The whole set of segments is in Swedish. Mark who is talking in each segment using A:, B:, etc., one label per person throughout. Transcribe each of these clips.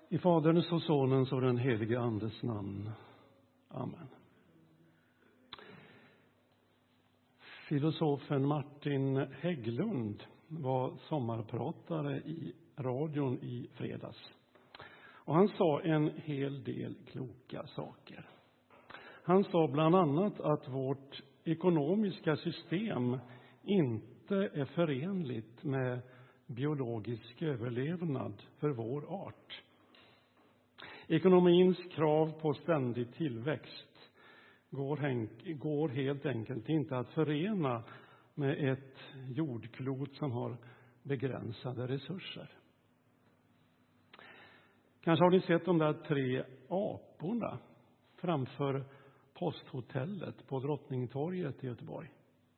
A: I Faderns och Sonens och den helige Andes namn. Amen. Filosofen Martin Hägglund var sommarpratare i radion i fredags. Och han sa en hel del kloka saker. Han sa bland annat att vårt ekonomiska system inte är förenligt med biologisk överlevnad för vår art. Ekonomins krav på ständig tillväxt går helt enkelt inte att förena med ett jordklot som har begränsade resurser. Kanske har ni sett de där 3 aporna framför posthotellet på Drottningtorget i Göteborg.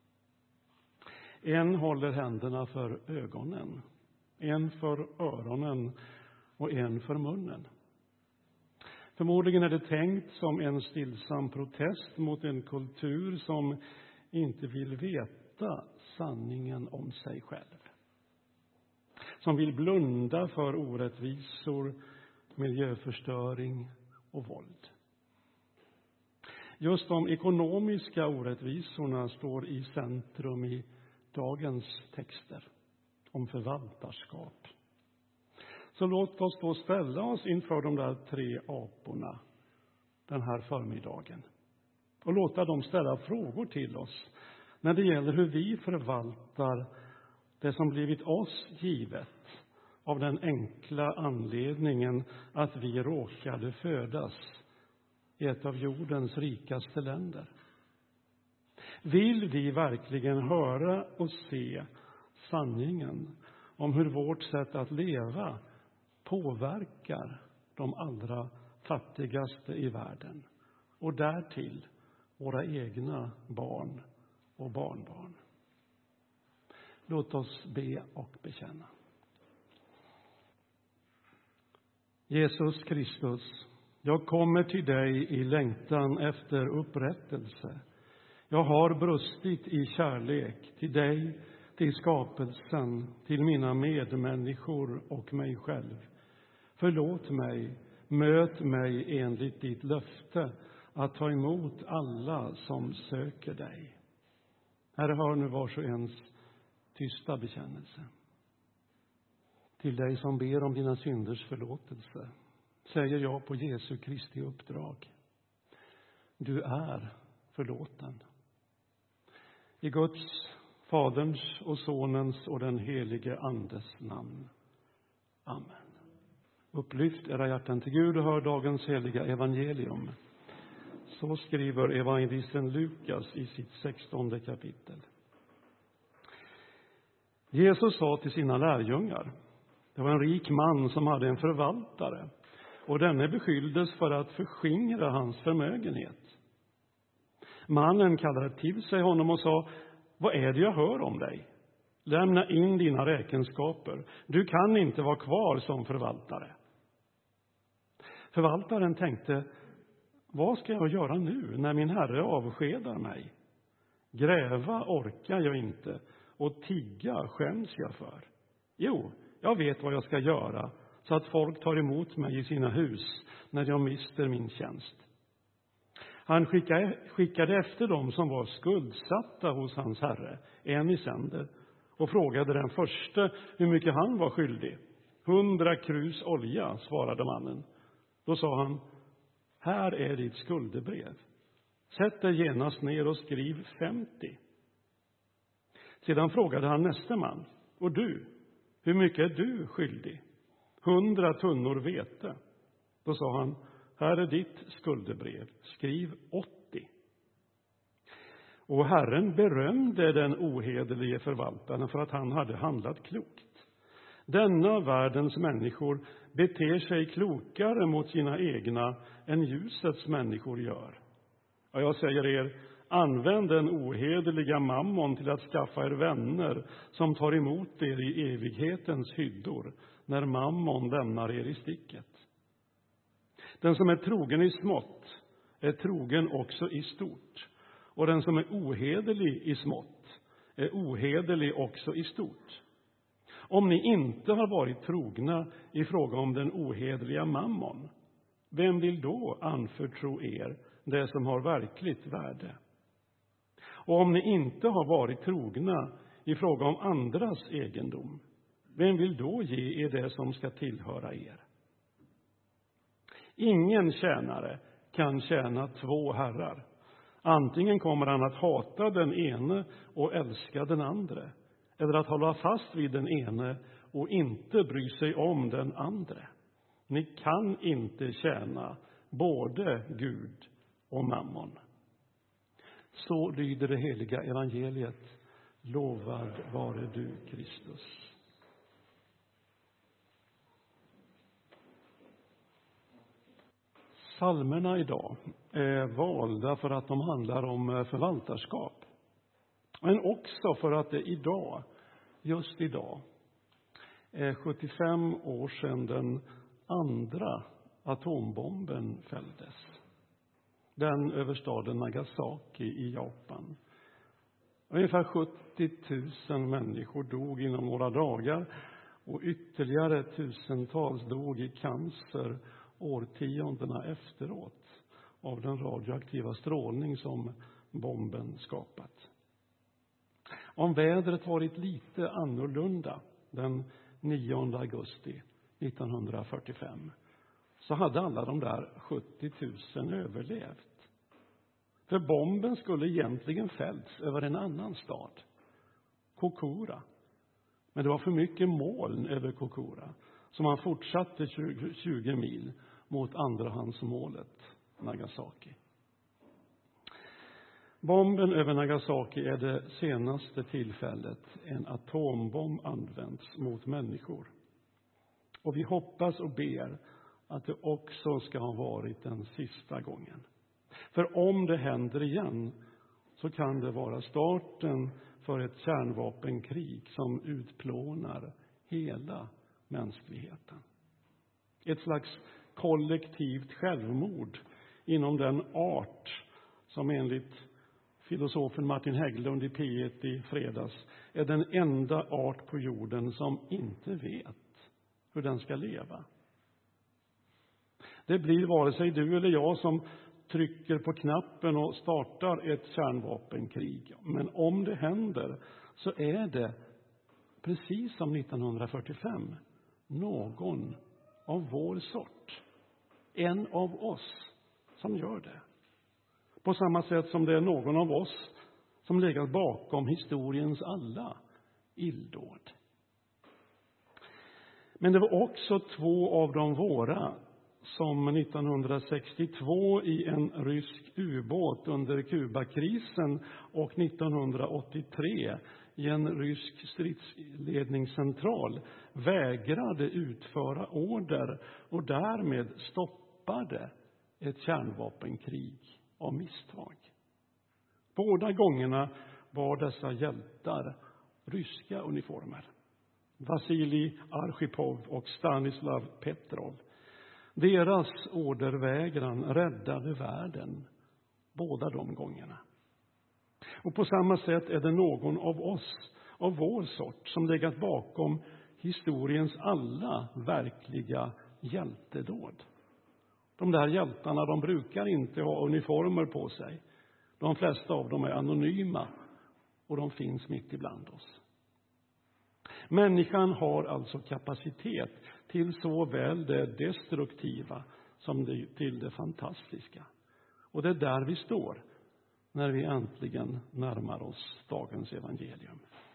A: En håller händerna för ögonen, en för öronen och en för munnen. Förmodligen är det tänkt som en stillsam protest mot en kultur som inte vill veta sanningen om sig själv. Som vill blunda för orättvisor, miljöförstöring och våld. Just de ekonomiska orättvisorna står i centrum i dagens texter om förvaltarskap. Så låt oss då ställa oss inför de där 3 aporna den här förmiddagen. Och låta dem ställa frågor till oss när det gäller hur vi förvaltar det som blivit oss givet av den enkla anledningen att vi råkade födas i ett av jordens rikaste länder. Vill vi verkligen höra och se sanningen om hur vårt sätt att leva påverkar de allra fattigaste i världen och därtill våra egna barn och barnbarn? Låt oss be och bekänna. Jesus Kristus, jag kommer till dig i längtan efter upprättelse. Jag har brustit i kärlek till dig, till skapelsen, till mina medmänniskor och mig själv. Förlåt mig, möt mig enligt ditt löfte att ta emot alla som söker dig. Herre, hör nu vars och ens tysta bekännelse. Till dig som ber om dina synders förlåtelse säger jag på Jesu Kristi uppdrag: du är förlåten. I Guds, Faderns och Sonens och den helige Andes namn. Amen. Upplyft era hjärtan till Gud och hör dagens heliga evangelium. Så skriver evangelisten Lukas i sitt 16:e kapitel. Jesus sa till sina lärjungar: det var en rik man som hade en förvaltare, och denne beskylldes för att förskingra hans förmögenhet. Mannen kallade till sig honom och sa: vad är det jag hör om dig? Lämna in dina räkenskaper. Du kan inte vara kvar som förvaltare. Förvaltaren tänkte: vad ska jag göra nu när min herre avskedar mig? Gräva orkar jag inte, och tigga skäms jag för. Jo, jag vet vad jag ska göra så att folk tar emot mig i sina hus när jag mister min tjänst. Han skickade efter dem som var skuldsatta hos hans herre, en i sänder, och frågade den förste hur mycket han var skyldig. 100 krus olja, svarade mannen. Då sa han: här är ditt skuldebrev. Sätt dig genast ner och skriv 50. Sedan frågade han nästa man: och du, hur mycket är du skyldig? 100 tunnor vete. Då sa han: här är ditt skuldebrev, skriv 80. Och Herren berömde den ohederlige förvaltaren för att han hade handlat klokt. Denna världens människor beter sig klokare mot sina egna än ljusets människor gör. Och jag säger er, använd den ohederliga mammon till att skaffa er vänner som tar emot er i evighetens hyddor när mammon lämnar er i sticket. Den som är trogen i smått är trogen också i stort. Och den som är ohederlig i smått är ohederlig också i stort. Om ni inte har varit trogna i fråga om den ohederliga mammon, vem vill då anförtro er det som har verkligt värde? Och om ni inte har varit trogna i fråga om andras egendom, vem vill då ge er det som ska tillhöra er? Ingen tjänare kan tjäna två herrar. Antingen kommer han att hata den ene och älska den andra, eller att hålla fast vid den ene och inte bry sig om den andra. Ni kan inte tjäna både Gud och mammon. Så lyder det heliga evangeliet. Lovad vare du, Kristus. Psalmerna idag är valda för att de handlar om förvaltarskap. Men också för att det idag, just idag, är 75 år sedan den andra atombomben fälldes. Den över staden Nagasaki i Japan. Ungefär 70 000 människor dog inom några dagar och ytterligare tusentals dog i cancer årtiondena efteråt av den radioaktiva strålning som bomben skapat. Om vädret varit lite annorlunda den 9 augusti 1945 så hade alla de där 70 000 överlevt. För bomben skulle egentligen fällts över en annan stad, Kokura. Men det var för mycket moln över Kokura, så man fortsatte 20 mil mot andrahandsmålet, Nagasaki. Bomben över Nagasaki är det senaste tillfället en atombomb används mot människor. Och vi hoppas och ber att det också ska ha varit den sista gången. För om det händer igen så kan det vara starten för ett kärnvapenkrig som utplånar hela mänskligheten. Ett slags kollektivt självmord inom den art som enligt filosofen Martin Hägglund i P1 i fredags är den enda art på jorden som inte vet hur den ska leva. Det blir vare sig du eller jag som trycker på knappen och startar ett kärnvapenkrig. Men om det händer så är det, precis som 1945, någon av vår sort. En av oss som gör det. På samma sätt som det är någon av oss som legat bakom historiens alla illdåd. Men det var också två av de våra som 1962 i en rysk ubåt under Kubakrisen och 1983 i en rysk stridsledningscentral vägrade utföra order och därmed stoppade ett kärnvapenkrig av misstag. Båda gångerna var dessa hjältar ryska uniformer. Vasilij Archipov och Stanislav Petrov. Deras ordervägran räddade världen båda de gångerna. Och på samma sätt är det någon av oss, av vår sort, som legat bakom historiens alla verkliga hjältedåd. De där hjältarna, de brukar inte ha uniformer på sig. De flesta av dem är anonyma och de finns mitt ibland oss. Människan har alltså kapacitet till såväl det destruktiva som till det fantastiska. Och det är där vi står när vi äntligen närmar oss dagens evangelium.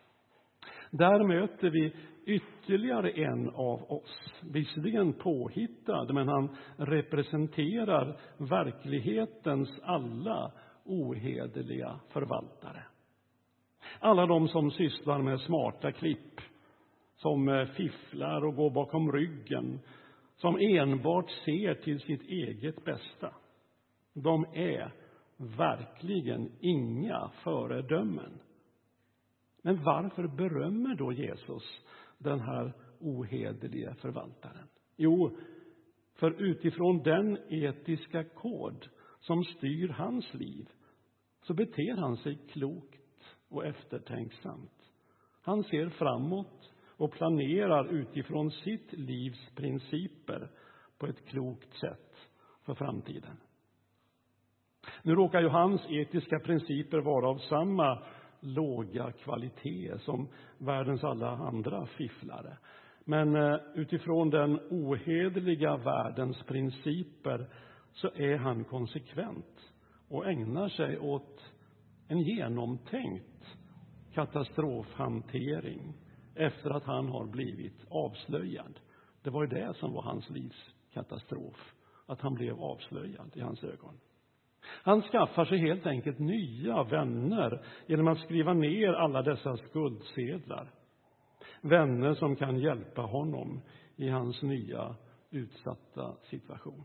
A: Där möter vi ytterligare en av oss, visserligen påhittad, men han representerar verklighetens alla ohederliga förvaltare. Alla de som sysslar med smarta klipp, som fifflar och går bakom ryggen, som enbart ser till sitt eget bästa. De är verkligen inga föredömen. Men varför berömmer då Jesus den här ohederliga förvaltaren? Jo, för utifrån den etiska kod som styr hans liv så beter han sig klokt och eftertänksamt. Han ser framåt och planerar utifrån sitt livs principer på ett klokt sätt för framtiden. Nu råkar ju hans etiska principer vara av samma låga kvalitet som världens alla andra fifflare. Men utifrån den ohederliga världens principer så är han konsekvent och ägnar sig åt en genomtänkt katastrofhantering efter att han har blivit avslöjad. Det var ju det som var hans livs katastrof, att han blev avslöjad i hans ögon. Han skaffar sig helt enkelt nya vänner genom att skriva ner alla dessa skuldsedlar. Vänner som kan hjälpa honom i hans nya utsatta situation.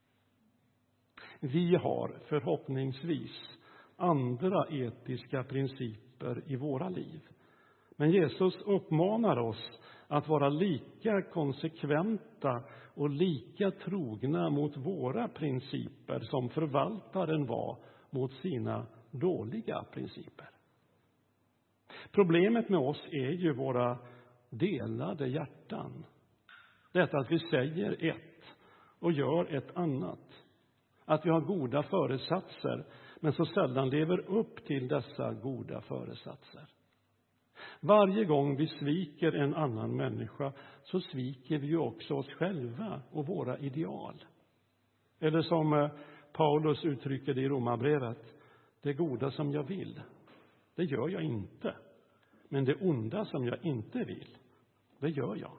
A: Vi har förhoppningsvis andra etiska principer i våra liv. Men Jesus uppmanar oss att vara lika konsekventa och lika trogna mot våra principer som förvaltaren var mot sina dåliga principer. Problemet med oss är ju våra delade hjärtan. Detta att vi säger ett och gör ett annat. Att vi har goda föresatser men så sällan lever upp till dessa goda föresatser. Varje gång vi sviker en annan människa så sviker vi ju också oss själva och våra ideal. Eller som Paulus uttrycker det i Romarbrevet: det goda som jag vill, det gör jag inte. Men det onda som jag inte vill, det gör jag.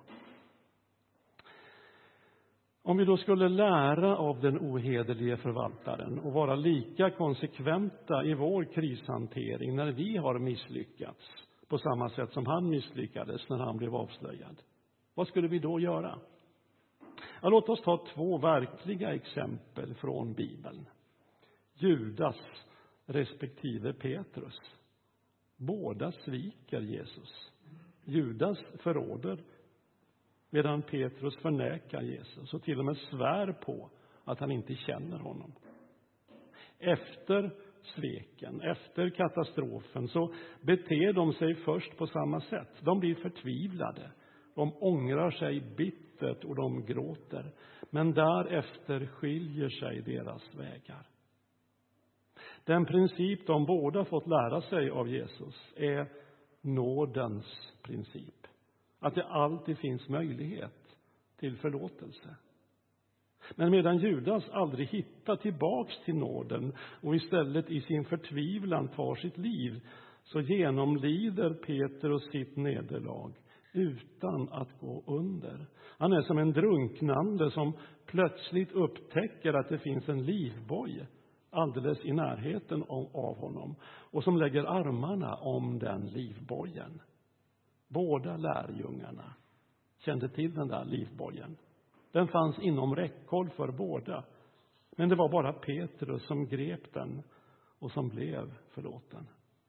A: Om vi då skulle lära av den ohederlige förvaltaren och vara lika konsekventa i vår krishantering när vi har misslyckats på samma sätt som han misslyckades när han blev avslöjad, vad skulle vi då göra? Ja, låt oss ta 2 verkliga exempel från Bibeln. Judas respektive Petrus. Båda sviker Jesus. Judas förråder medan Petrus förnekar Jesus och till och med svär på att han inte känner honom. Efter sveken, efter katastrofen, så beter de sig först på samma sätt. De blir förtvivlade. De ångrar sig bittert och de gråter. Men därefter skiljer sig deras vägar. Den princip de båda fått lära sig av Jesus är nådens princip. Att det alltid finns möjlighet till förlåtelse. Men medan Judas aldrig hittar tillbaks till nåden och istället i sin förtvivlan tar sitt liv, så genomlider Petrus sitt nederlag utan att gå under. Han är som en drunknande som plötsligt upptäcker att det finns en livboj alldeles i närheten av honom och som lägger armarna om den livbojen. Båda lärjungarna kände till den där livbojen. Den fanns inom räckhåll för båda. Men det var bara Petrus som grep den och som blev förlåten.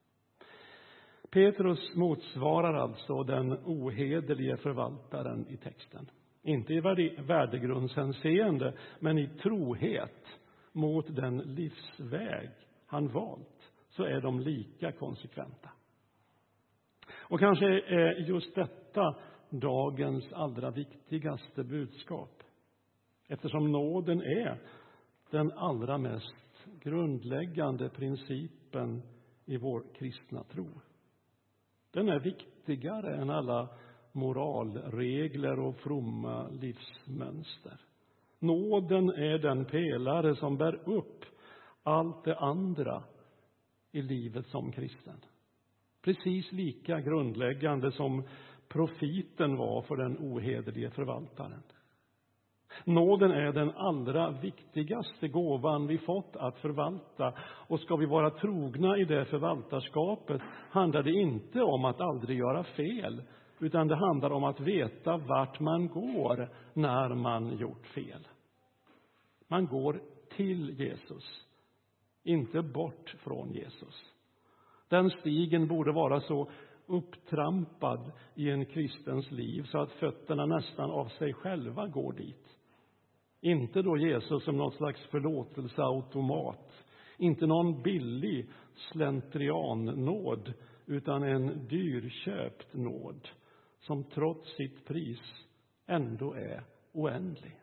A: Petrus motsvarar alltså den ohederlige förvaltaren i texten. Inte i värdegrundshänseende, men i trohet mot den livsväg han valt, så är de lika konsekventa. Och kanske är just detta dagens allra viktigaste budskap. Eftersom nåden är den allra mest grundläggande principen i vår kristna tro. Den är viktigare än alla moralregler och fromma livsmönster. Nåden är den pelare som bär upp allt det andra i livet som kristen. Precis lika grundläggande som profiten var för den ohederlige förvaltaren. Nåden är den allra viktigaste gåvan vi fått att förvalta. Och ska vi vara trogna i det förvaltarskapet handlar det inte om att aldrig göra fel. Utan det handlar om att veta vart man går när man gjort fel. Man går till Jesus, inte bort från Jesus. Den stigen borde vara så upptrampad i en kristens liv så att fötterna nästan av sig själva går dit. Inte då Jesus som något slags förlåtelseautomat. Inte någon billig slentriannåd utan en dyrköpt nåd som trots sitt pris ändå är oändlig.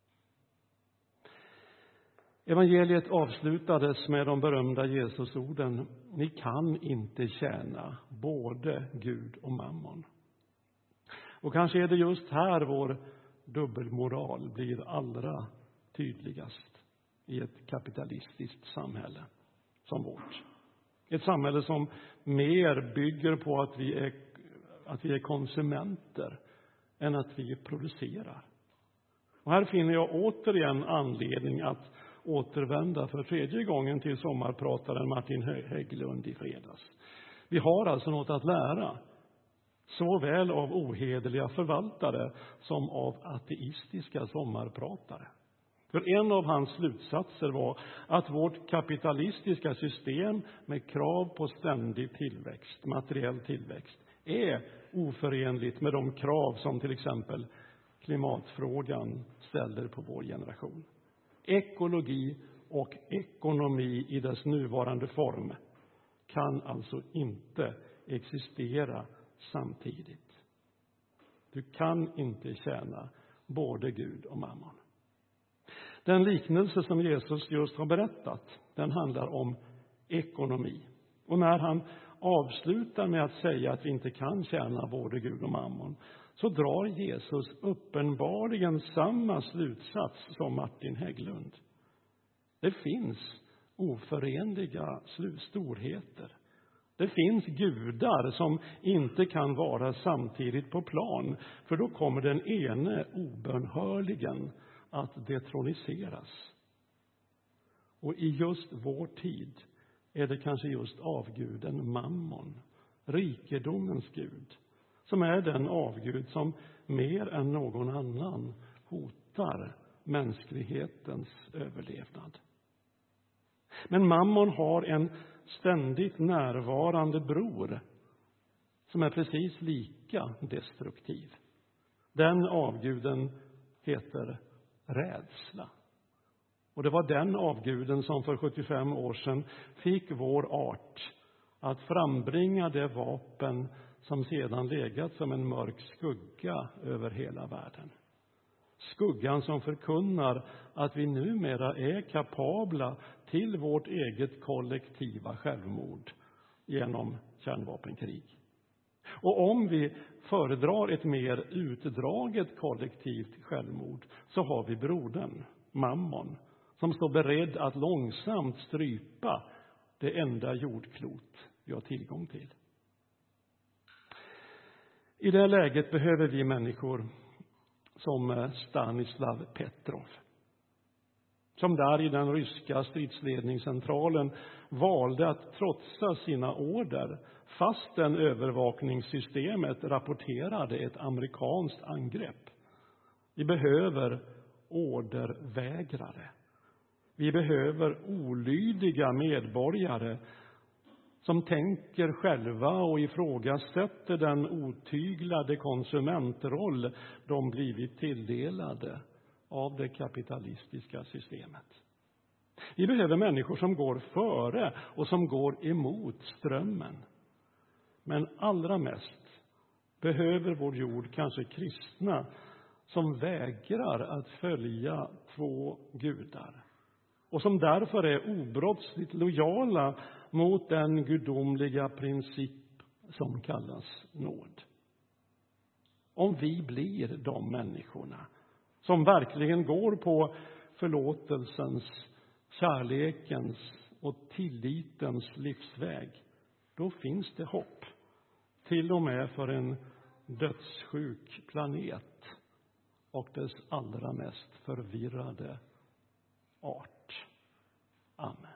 A: Evangeliet avslutades med de berömda Jesusorden: ni kan inte tjäna både Gud och mammon. Och kanske är det just här vår dubbelmoral blir allra tydligast i ett kapitalistiskt samhälle som vårt. Ett samhälle som mer bygger på att vi är konsumenter än att vi producerar. Och här finner jag återigen anledning att återvända för tredje gången till sommarprataren Martin Hägglund i fredags. Vi har alltså något att lära, såväl av ohederliga förvaltare som av ateistiska sommarpratare. För en av hans slutsatser var att vårt kapitalistiska system med krav på ständig tillväxt, materiell tillväxt, är oförenligt med de krav som till exempel klimatfrågan ställer på vår generation. Ekologi och ekonomi i dess nuvarande form kan alltså inte existera samtidigt. Du kan inte tjäna både Gud och mammon. Den liknelse som Jesus just har berättat, den handlar om ekonomi. Och när han avslutar med att säga att vi inte kan tjäna både Gud och mammon, så drar Jesus uppenbarligen samma slutsats som Martin Hägglund. Det finns oförenliga storheter. Det finns gudar som inte kan vara samtidigt på plan, för då kommer den ene obönhörligen att detroniseras. Och i just vår tid är det kanske just avguden mammon, rikedomens gud, som är den avgud som mer än någon annan hotar mänsklighetens överlevnad. Men mammon har en ständigt närvarande bror som är precis lika destruktiv. Den avguden heter rädsla. Och det var den avguden som för 75 år sedan fick vår art att frambringa det vapen som sedan legat som en mörk skugga över hela världen. Skuggan som förkunnar att vi numera är kapabla till vårt eget kollektiva självmord genom kärnvapenkrig. Och om vi föredrar ett mer utdraget kollektivt självmord, så har vi brodern, mammon, som står beredd att långsamt strypa det enda jordklot vi har tillgång till. I det läget behöver vi människor som Stanislav Petrov, som där i den ryska stridsledningscentralen valde att trotsa sina order fastän övervakningssystemet rapporterade ett amerikanskt angrepp. Vi behöver ordervägrare. Vi behöver olydiga medborgare som tänker själva och ifrågasätter den otyglade konsumentroll de blivit tilldelade av det kapitalistiska systemet. Vi behöver människor som går före och som går emot strömmen. Men allra mest behöver vår jord kanske kristna som vägrar att följa två gudar och som därför är obrottsligt lojala mot den gudomliga princip som kallas nåd. Om vi blir de människorna som verkligen går på förlåtelsens, kärlekens och tillitens livsväg, då finns det hopp. Till och med för en dödssjuk planet och dess allra mest förvirrade art. Amen.